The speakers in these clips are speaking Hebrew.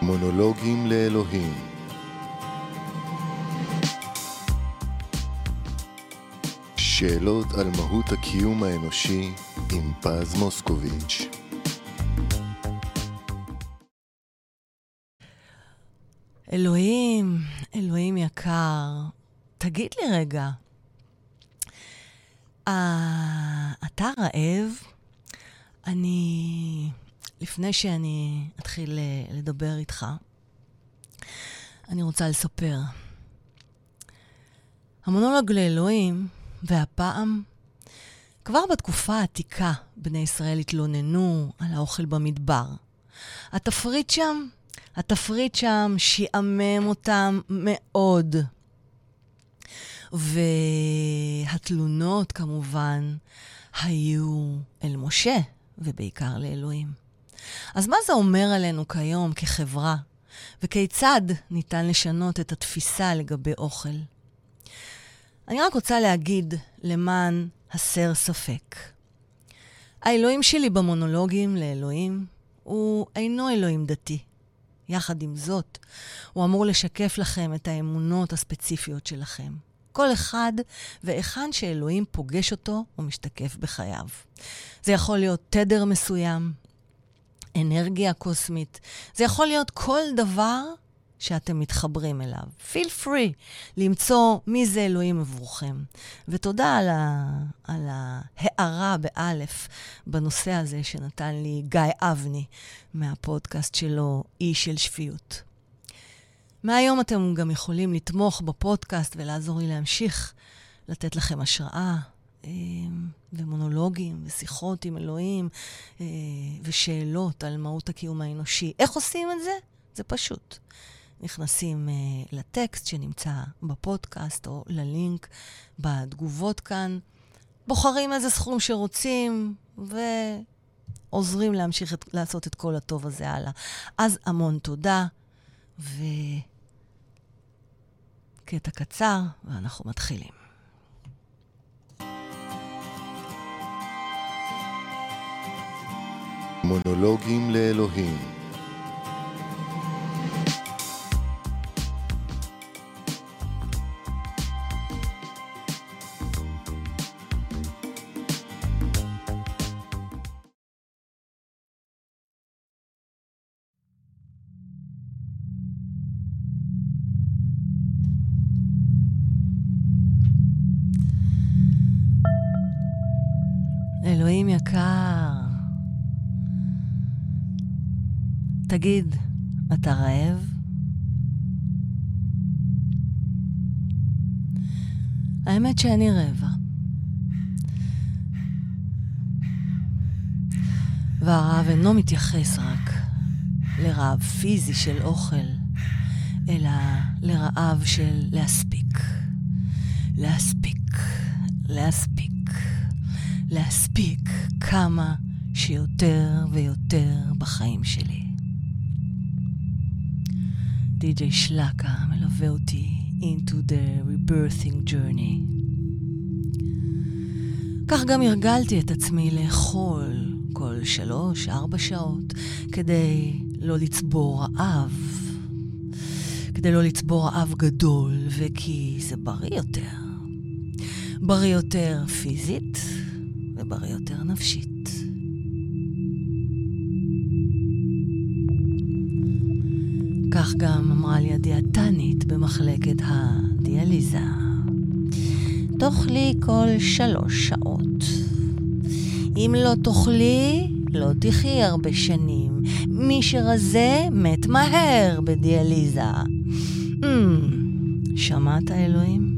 מונולוגים לאלוהים. שאלות על מהות הקיום האנושי עם פז מוסקוביץ'. אלוהים, אלוהים יקר, תגיד לי רגע, אתה רעב? לפני שאני אתחיל לדבר איתך, אני רוצה לספר. המונולוג לאלוהים, והפעם, כבר בתקופה העתיקה, בני ישראל התלוננו על האוכל במדבר. התפריט שם שיעמם אותם מאוד. והתלונות כמובן היו אל משה, ובעיקר לאלוהים. אז מה זה אומר עלינו כיום כחברה? וכיצד ניתן לשנות את התפיסה לגבי אוכל? אני רק רוצה להגיד למען הסר ספק. האלוהים שלי במונולוגים לאלוהים הוא אינו אלוהים דתי. יחד עם זאת, הוא אמור לשקף לכם את האמונות הספציפיות שלכם. כל אחד ואחד שאלוהים פוגש אותו ומשתקף בחייו. זה יכול להיות תדר מסוים, אנרגיה קוסמית. זה יכול להיות כל דבר שאתם מתחברים אליו. Feel free למצוא מי זה אלוהים עבורכם. ותודה על ההערה באלף בנושא הזה שנתן לי גיא אבני מהפודקאסט שלו, אי של שפיות. מהיום אתם גם יכולים לתמוך בפודקאסט ולעזור לי להמשיך לתת לכם השראה ומונולוגים ושיחות עם אלוהים ושאלות על מהות הקיום האנושי. איך עושים את זה? זה פשוט. נכנסים לטקסט שנמצא בפודקאסט או ללינק בתגובות כאן, בוחרים איזה סכום שרוצים ועוזרים להמשיך לעשות את כל הטוב הזה הלאה. אז המון תודה וקטע קצר ואנחנו מתחילים. מונולוגים לאלוהים. אלוהים יקר, תגיד, אתה רעב? האמת שאני רעבה. והרעב אינו מתייחס רק לרעב פיזי של אוכל, אלא לרעב של להספיק כמה שיותר ויותר בחיים שלי. די.ג'יי שלקה מלווה אותי into the rebirthing journey. כך גם הרגלתי את עצמי לאכול כל 3-4 שעות כדי לא לצבור רעב. כדי לא לצבור רעב גדול, וכי זה בריא יותר. בריא יותר פיזית ובריא יותר נפשית. כך גם אמרה לי הדיאטנית במחלקת הדיאליזה. תאכלי כל 3 שעות. אם לא תאכלי, לא תחי הרבה שנים. מי שרזה מת מהר בדיאליזה. שמעת אלוהים?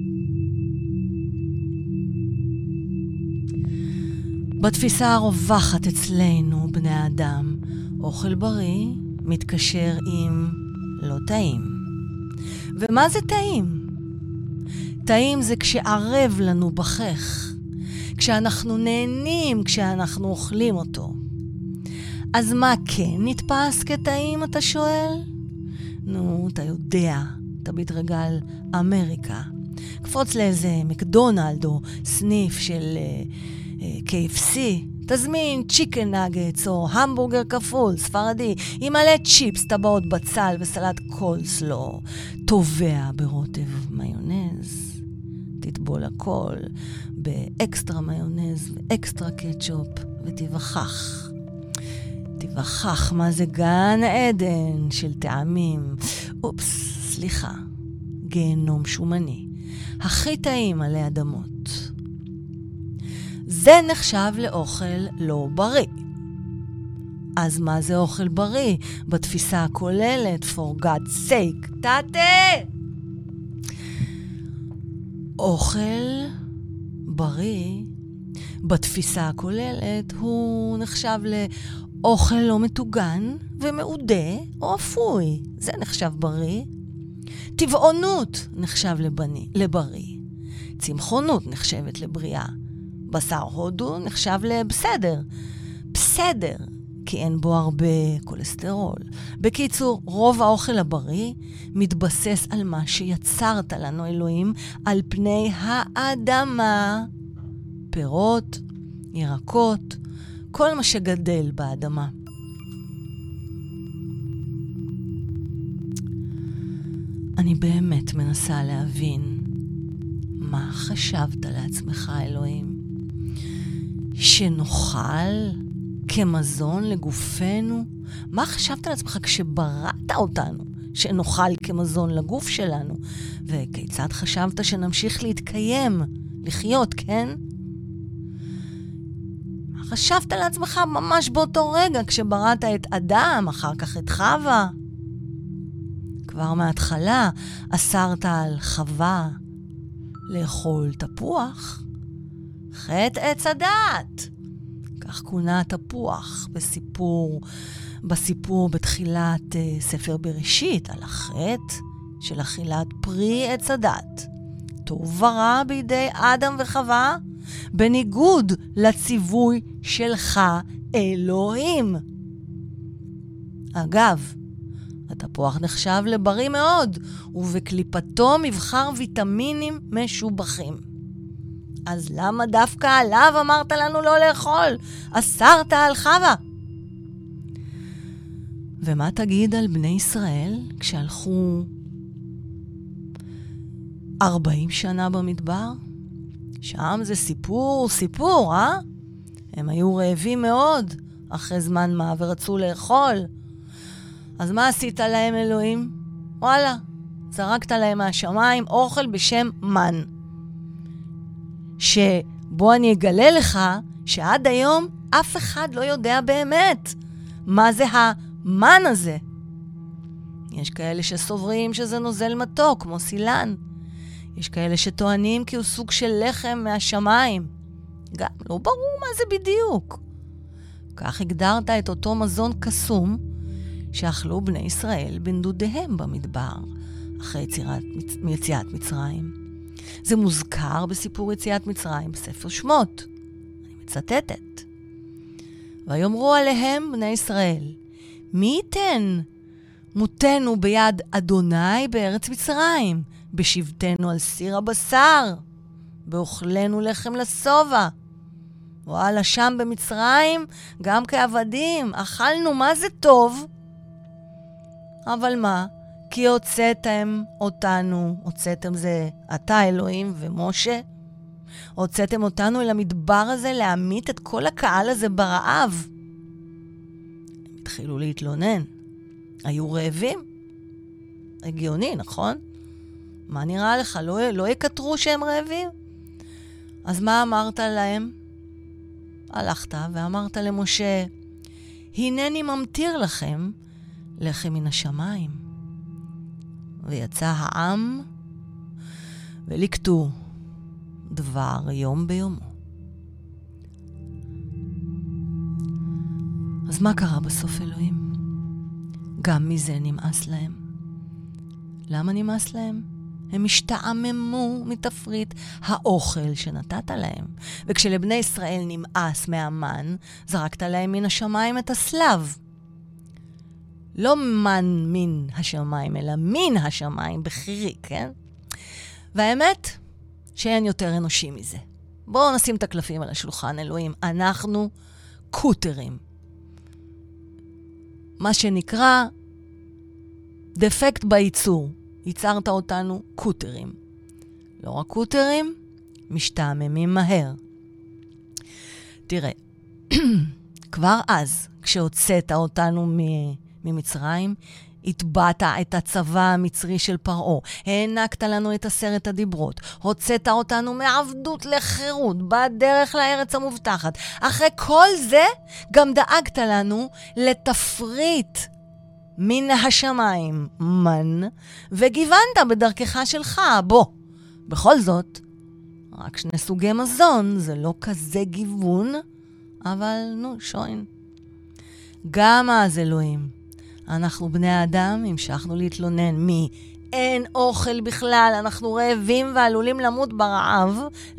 בתפיסה הרווחת אצלנו, בני האדם, אוכל בריא מתקשר עם לא טעים. ומה זה טעים? טעים זה כשערב לנו בחך, כשאנחנו נהנים, כשאנחנו אוכלים אותו. אז מה כן נתפס כטעים, אתה שואל? נו, אתה יודע, תביט רגע על אמריקה. קפוץ לאיזה מקדונלד או סניף של KFC, תזמין צ'יקן נאגטס או המבורגר כפול, ספרדי, עם מלא צ'יפס, טבעות בצל וסלט קולסלו. תובע ברוטב מיונז. תטבול הכל באקסטרה מיונז ואקסטרה קטשופ ותיווכח. תיווכח מה זה גן עדן של טעמים. אופס, סליחה. גיהנום שומני. הכי טעים עלי אדמות. זה נחשב לאוכל לא בריא. אז מה זה אוכל בריא? בתפיסה הכוללת, for God's sake. תתה! אוכל בריא, בתפיסה הכוללת, הוא נחשב לאוכל לא מטוגן ומעודה או אפוי. זה נחשב בריא. טבעונות נחשב לבריא. צמחונות נחשבת לבריאה. בשר הודו נחשב לבסדר. בסדר, כי אין בו הרבה קולסטרול. בקיצור, רוב האוכל הבריא מתבסס על מה שיצרת לנו אלוהים על פני האדמה. פירות, ירקות, כל מה שגדל באדמה. אני באמת מנסה להבין מה חשבת לעצמך, אלוהים? שנאכל כמזון לגופנו? מה חשבת לעצמך כשבראת אותנו שנאכל כמזון לגוף שלנו? וכיצד חשבת שנמשיך להתקיים, לחיות, כן? מה חשבת לעצמך ממש באותו רגע כשבראת את אדם, אחר כך את חווה? כבר מההתחלה אסרת על חווה לאכול תפוח, חטא עץ הדעת. כך כונה תפוח בסיפור בתחילת ספר בראשית על החטא של אכילת פרי עץ הדעת. טוב ורע בידי אדם וחווה, בניגוד לציווי שלך אלוהים. אגב, התפוח נחשב לבריא מאוד, ובקליפתו מבחר ויטמינים משובחים. אז למה דווקא עליו אמרת לנו לא לאכול? אסרת על חווה. ומה תגיד על בני ישראל כשהלכו 40 שנה במדבר? שם זה סיפור, אה? הם היו רעבים מאוד אחרי זמן מה ורצו לאכול. אז מה עשית להם, אלוהים? וואלה, זרקת להם מהשמיים אוכל בשם מן. שבו אני אגלה לך שעד היום אף אחד לא יודע באמת מה זה המן הזה. יש כאלה שסוברים שזה נוזל מתוק, כמו סילן. יש כאלה שטוענים כי הוא סוג של לחם מהשמיים. גם לא ברור מה זה בדיוק. כך הגדרת את אותו מזון קסום שאכלו בני ישראל בנדודיהם במדבר, אחרי יציאת מצרים. זה מוזכר בסיפור יציאת מצרים בספר שמות. אני מצטטת. ויאמרו עליהם בני ישראל, מי ייתן מותנו ביד אדוני בארץ מצרים, בשבתנו על סיר הבשר, באוכלנו לחם לשובע. וואלה, שם במצרים, גם כעבדים, אכלנו מה זה טוב. אבל מה? כי הוצאתם אותנו, הוצאתם זה אתה אלוהים ומשה, הוצאתם אותנו אל המדבר הזה להמית את כל הקהל הזה ברעב. הם התחילו להתלונן. היו רעבים? הגיוני, נכון? מה נראה לך? לא יקטרו שהם רעבים? אז מה אמרת להם? הלכת ואמרת למשה, הנני ממתיר לכם לחם מן השמיים. ויצא העם ולקטו דבר יום ביומו. אז מה קרה בסוף, אלוהים? גם מזה נמאס להם. למה נמאס להם? הם השתעממו מתפריט האוכל שנתת להם. וכשלבני ישראל נמאס מהמן, זרקת להם מן השמיים את הסלב. לא מן מן השמיים, אלא מן השמיים בחירי, כן? והאמת שאין יותר אנושי מזה. בואו נשים את הקלפים על השולחן, אלוהים. אנחנו קוטרים. מה שנקרא דפקט בייצור. ייצרת אותנו קוטרים. לא רק קוטרים, משתעממים מהר. תראה, כבר אז, כשהוצאת אותנו ממצרים, התבעת את הצבא המצרי של פרעה, הענקת לנו את 10 הדיברות, הוצאת אותנו מעבדות לחירות, בדרך לארץ המובטחת. אחרי כל זה, גם דאגת לנו לתפריט מן השמיים מן, וגיוונת בדרכך שלך. בוא, בכל זאת, רק 2 סוגי מזון, זה לא כזה גיוון, אבל שוין. גם אז אלוהים, אנחנו בני האדם, המשכנו להתלונן אין אוכל בכלל, אנחנו רעבים ועלולים למות ברעב,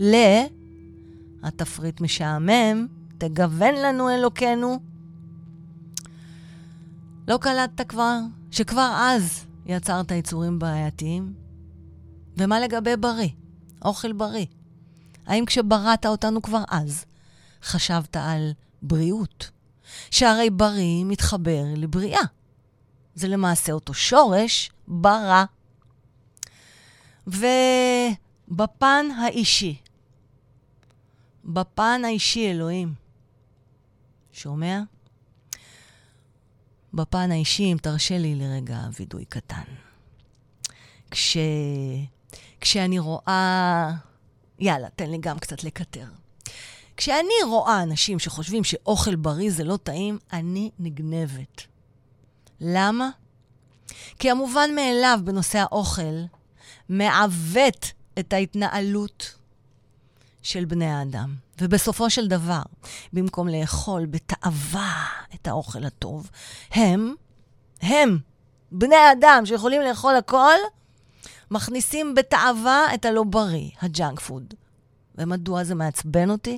התפריט משעמם, תגוון לנו אלוקינו. לא קלטת כבר, שכבר אז יצרת יצורים בעייתיים? ומה לגבי בריא? אוכל בריא. האם כשבראת אותנו כבר אז, חשבת על בריאות? שהרי בריא מתחבר לבריאה. זה למעשה אותו שורש ברא. ובפן האישי, אלוהים, שומע? בפן האישי, אם תרשה לי לרגע וידוי קטן. כשאני רואה... יאללה, תן לי גם קצת לקטר. כשאני רואה אנשים שחושבים שאוכל בריא זה לא טעים, אני נגנבת. למה? כי המובן מאליו בנושא האוכל מעוות את ההתנהלות של בני האדם. ובסופו של דבר, במקום לאכול בתאווה את האוכל הטוב, הם, בני האדם שיכולים לאכול הכל, מכניסים בתאווה את הלא בריא, הג'אנק פוד. ומדוע זה מעצבן אותי?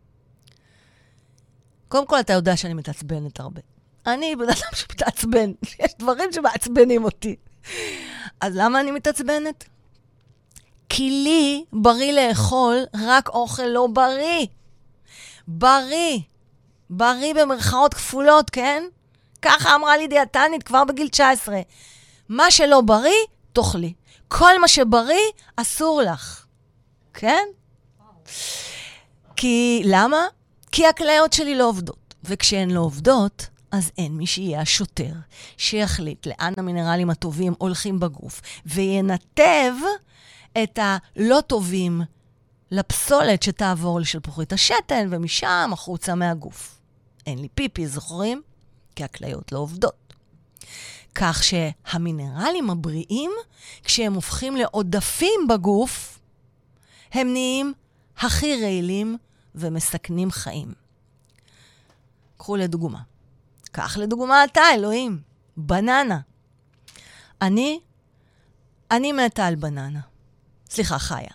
קודם כל אתה יודע שאני מתעצבנת הרבה. אני בן אדם שמתעצבן. יש דברים שמעצבנים אותי. אז למה אני מתעצבנת? כי לי בריא לאכול רק אוכל לא בריא. בריא במרכאות כפולות, כן? ככה אמרה לי דיאטנית כבר בגיל 19. מה שלא בריא, תאכלי. כל מה שבריא, אסור לך. כן? כי, למה? כי הכליות שלי לא עובדות. וכשהן לא עובדות, אז אין מי שיהיה השוטר שיחליט לאן המינרלים הטובים הולכים בגוף, וינתב את הלא טובים לפסולת שתעבור לשלפוחית השתן, ומשם החוצה מהגוף. אין לי פיפי, זוכרים? כי הכליות לא עובדות. כך שהמינרלים הבריאים, כשהם הופכים לעודפים בגוף, הם נהיים הכי רעילים ומסכנים חיים. קחו לדוגמה. קח לדוגמה אתה, אלוהים. בננה. אני מתה על בננה. סליחה, חיה.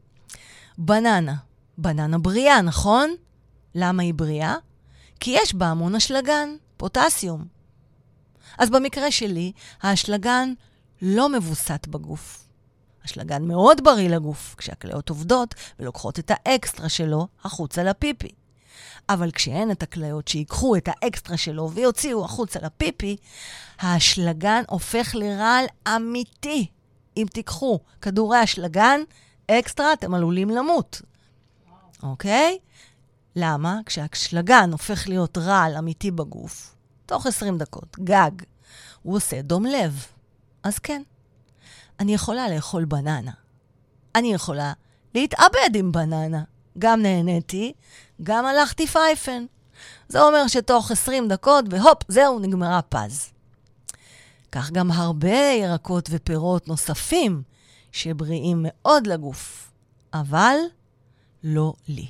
בננה בריאה, נכון? למה היא בריאה? כי יש בה המון אשלגן, פוטסיום. אז במקרה שלי, האשלגן לא מבוסת בגוף. אשלגן מאוד בריא לגוף, כשהכליות עובדות ולוקחות את האקסטרה שלו החוצה לפיפי. אבל כשאין את הכליות שיקחו את האקסטרה שלו ויוציאו החוצה לפיפי, האשלגן הופך לרעל אמיתי. אם תיקחו כדורי אשלגן אקסטרה, אתם עלולים למות. אוקיי? למה? כשהאשלגן הופך להיות רעל אמיתי בגוף, תוך 20 דקות, גג, הוא עושה דום לב. אז כן, אני יכולה לאכול בננה. אני יכולה להתאבד עם בננה. גם נהניתי, גם הלכתי פייפן. זה אומר שתוך 20 דקות, והופ, זהו, נגמרה פז. כך גם הרבה ירקות ופירות נוספים, שבריאים מאוד לגוף, אבל לא לי.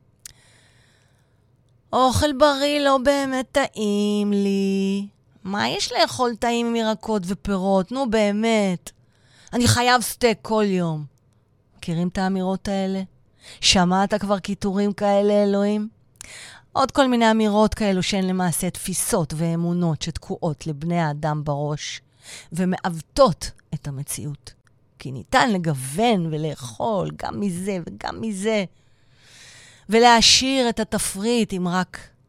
אוכל בריא לא באמת טעים לי. מה יש לאכול טעים עם ירקות ופירות? נו באמת. אני חייב סטייק כל יום. מכירים את האמירות האלה? שמעת כבר כיתורים כאלה, אלוהים? עוד כל מיני אמירות כאלו שהן למעשה תפיסות ואמונות שתקועות לבני האדם בראש, ומעוותות את המציאות. כי ניתן לגוון ולאכול גם מזה וגם מזה, ולהשאיר את התפריט אם רק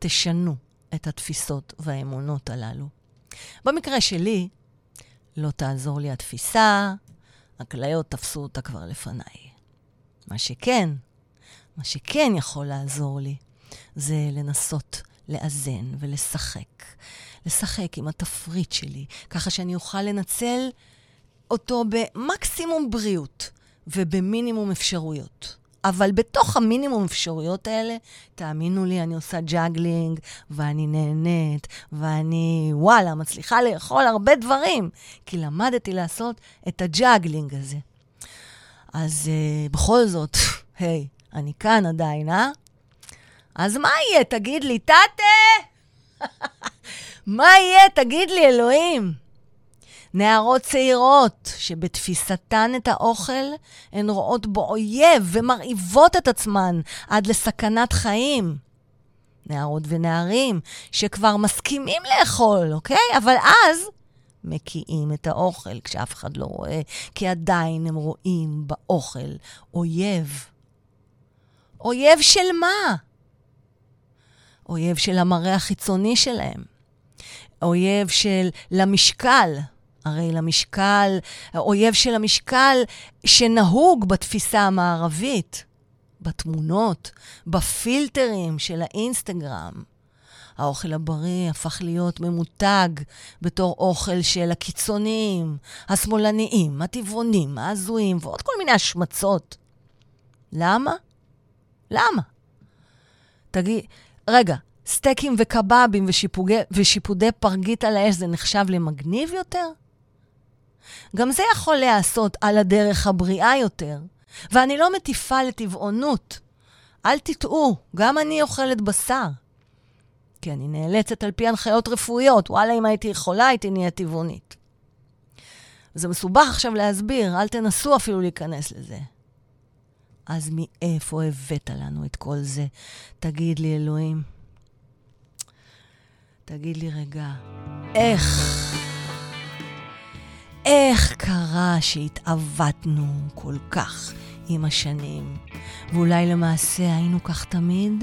ותשנו את התפיסות והאמונות הללו. במקרה שלי, לא תעזור לי התפיסה, הכליות תפסו אותה כבר לפניי. מה שכן יכול לעזור לי, זה לנסות לאזן לשחק עם התפריט שלי, ככה שאני אוכל לנצל אותו במקסימום בריאות ובמינימום אפשרויות. אבל בתוך המינימום אפשרויות האלה, תאמינו לי, אני עושה ג'אגלינג, ואני נהנית, ואני, וואלה, מצליחה לאכול הרבה דברים, כי למדתי לעשות את הג'אגלינג הזה. אז בכל זאת, היי, אני כאן עדיין, אז מה יהיה? תגיד לי, תתה! מה יהיה? תגיד לי, אלוהים. נערות צעירות שבתפיסתן את האוכל הן רואות בו אויב ומרעיבות את עצמן עד לסכנת חיים. נערות ונערים שכבר מסכימים לאכול, אוקיי? אבל אז מקיאים את האוכל כשאף אחד לא רואה, כי עדיין הם רואים באוכל אויב. אויב של מה? אויב של המראה החיצוני שלהם. אויב של למשקל. הרי למשקל, אויב של המשקל שנהוג בתפיסה המערבית, בתמונות, בפילטרים של האינסטגרם. האוכל הבריא הפך להיות ממותג בתור אוכל של הקיצוניים, השמאלניים, הטבעונים, ההזויים ועוד כל מיני השמצות. למה? תגיד, רגע, סטייקים וקבבים ושיפודי פרגית על האש זה נחשב למגניב יותר? גם זה יכול להיעשות על הדרך הבריאה יותר. ואני לא מטיפה לטבעונות. אל תטעו, גם אני אוכלת בשר. כי אני נאלצת על פי הנחיות רפואיות. וואלה, אם הייתי יכולה, הייתי נהיה טבעונית. זה מסובך עכשיו להסביר, אל תנסו אפילו להיכנס לזה. אז מאיפה הבאת לנו את כל זה? תגיד לי, אלוהים. תגיד לי רגע, איך קרה שהתעוותנו כל כך עם השנים, ואולי למעשה היינו כך תמיד?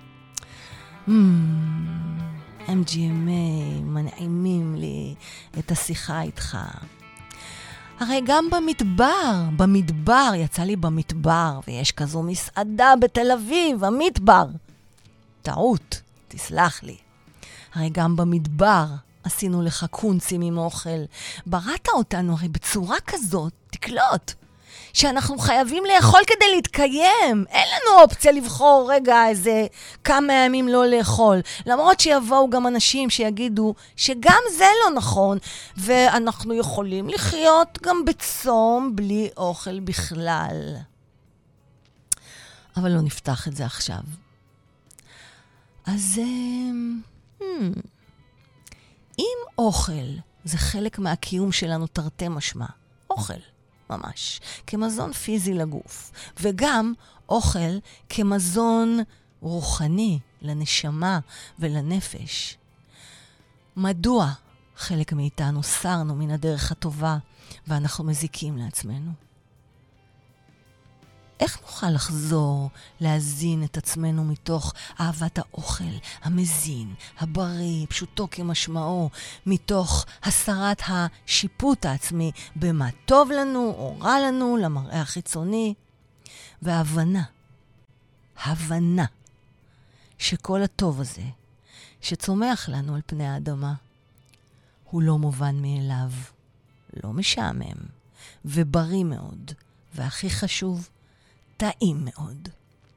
MGMA מנעימים לי את השיחה איתך. הרי גם במדבר, יצא לי במדבר, ויש כזו מסעדה בתל אביב, המדבר. טעות, תסלח לי. הרי גם במדבר עשינו לך קונצים עם אוכל. בראת אותנו הרי בצורה כזאת, תקלוט, שאנחנו חייבים לאכול כדי להתקיים. אין לנו אופציה לבחור רגע איזה כמה ימים לא לאכול. למרות שיבואו גם אנשים שיגידו שגם זה לא נכון, ואנחנו יכולים לחיות גם בצום בלי אוכל בכלל. אבל לא נפתח את זה עכשיו. אז אם אוכל זה חלק מהקיום שלנו תרתי משמע, אוכל ממש, כמזון פיזי לגוף, וגם אוכל כמזון רוחני לנשמה ולנפש. מדוע חלק מאיתנו סרנו מן הדרך הטובה ואנחנו מזיקים לעצמנו? איך נוכל לחזור להזין את עצמנו מתוך אהבת האוכל, המזין, הבריא, פשוטו כמשמעו, מתוך הסרת השיפוט העצמי במה טוב לנו או רע לנו, למראה החיצוני, והבנה שכל הטוב הזה שצומח לנו על פני האדמה הוא לא מובן מאליו, לא משעמם ובריא מאוד, והכי חשוב, טעים מאוד.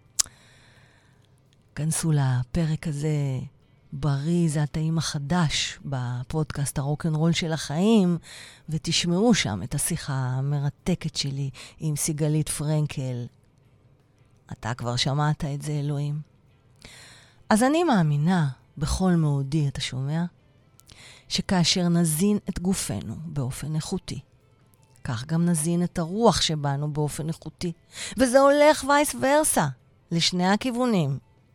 כנסו לפרק הזה, בריא זה הטעים החדש בפודקאסט הרוק'נ'רול של החיים, ותשמעו שם את השיחה המרתקת שלי עם סיגלית פרנקל. אתה כבר שמעת את זה, אלוהים. אז אני מאמינה בכל מאודי, אתה שומע? שכאשר נזין את גופנו באופן איכותי, כך גם נזין את הרוח שבנו באופן איכותי. וזה הולך וייס ורסה, לשני הכיוונים.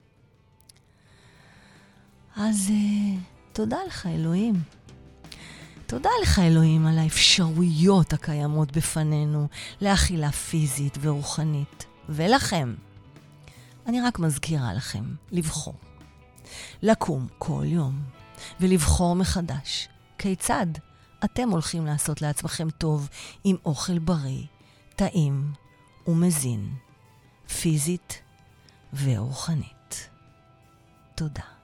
אז תודה לך, אלוהים. תודה לך, אלוהים, על האפשרויות הקיימות בפנינו, לאכילה פיזית ורוחנית. ולכם, אני רק מזכירה לכם לבחור. לקום כל יום ולבחור מחדש כיצד אתם הולכים לעשות לעצמכם טוב עם אוכל בריא, טעים ומזין, פיזית ורוחנית. תודה.